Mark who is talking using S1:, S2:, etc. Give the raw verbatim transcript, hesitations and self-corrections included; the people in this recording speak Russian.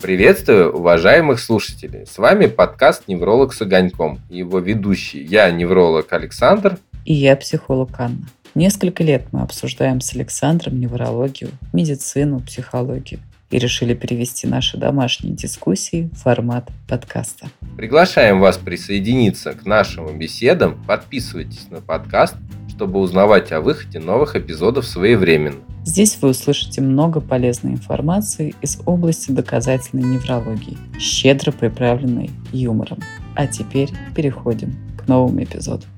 S1: Приветствую уважаемых слушателей. С вами подкаст «Невролог с огоньком». И его ведущий я, невролог Александр.
S2: И я, психолог Анна. Несколько лет мы обсуждаем с Александром неврологию, медицину, психологию. И решили перевести наши домашние дискуссии в формат подкаста.
S1: Приглашаем вас присоединиться к нашим беседам. Подписывайтесь на подкаст, чтобы узнавать о выходе новых эпизодов своевременно.
S2: Здесь вы услышите много полезной информации из области доказательной неврологии, щедро приправленной юмором. А теперь переходим к новому эпизоду.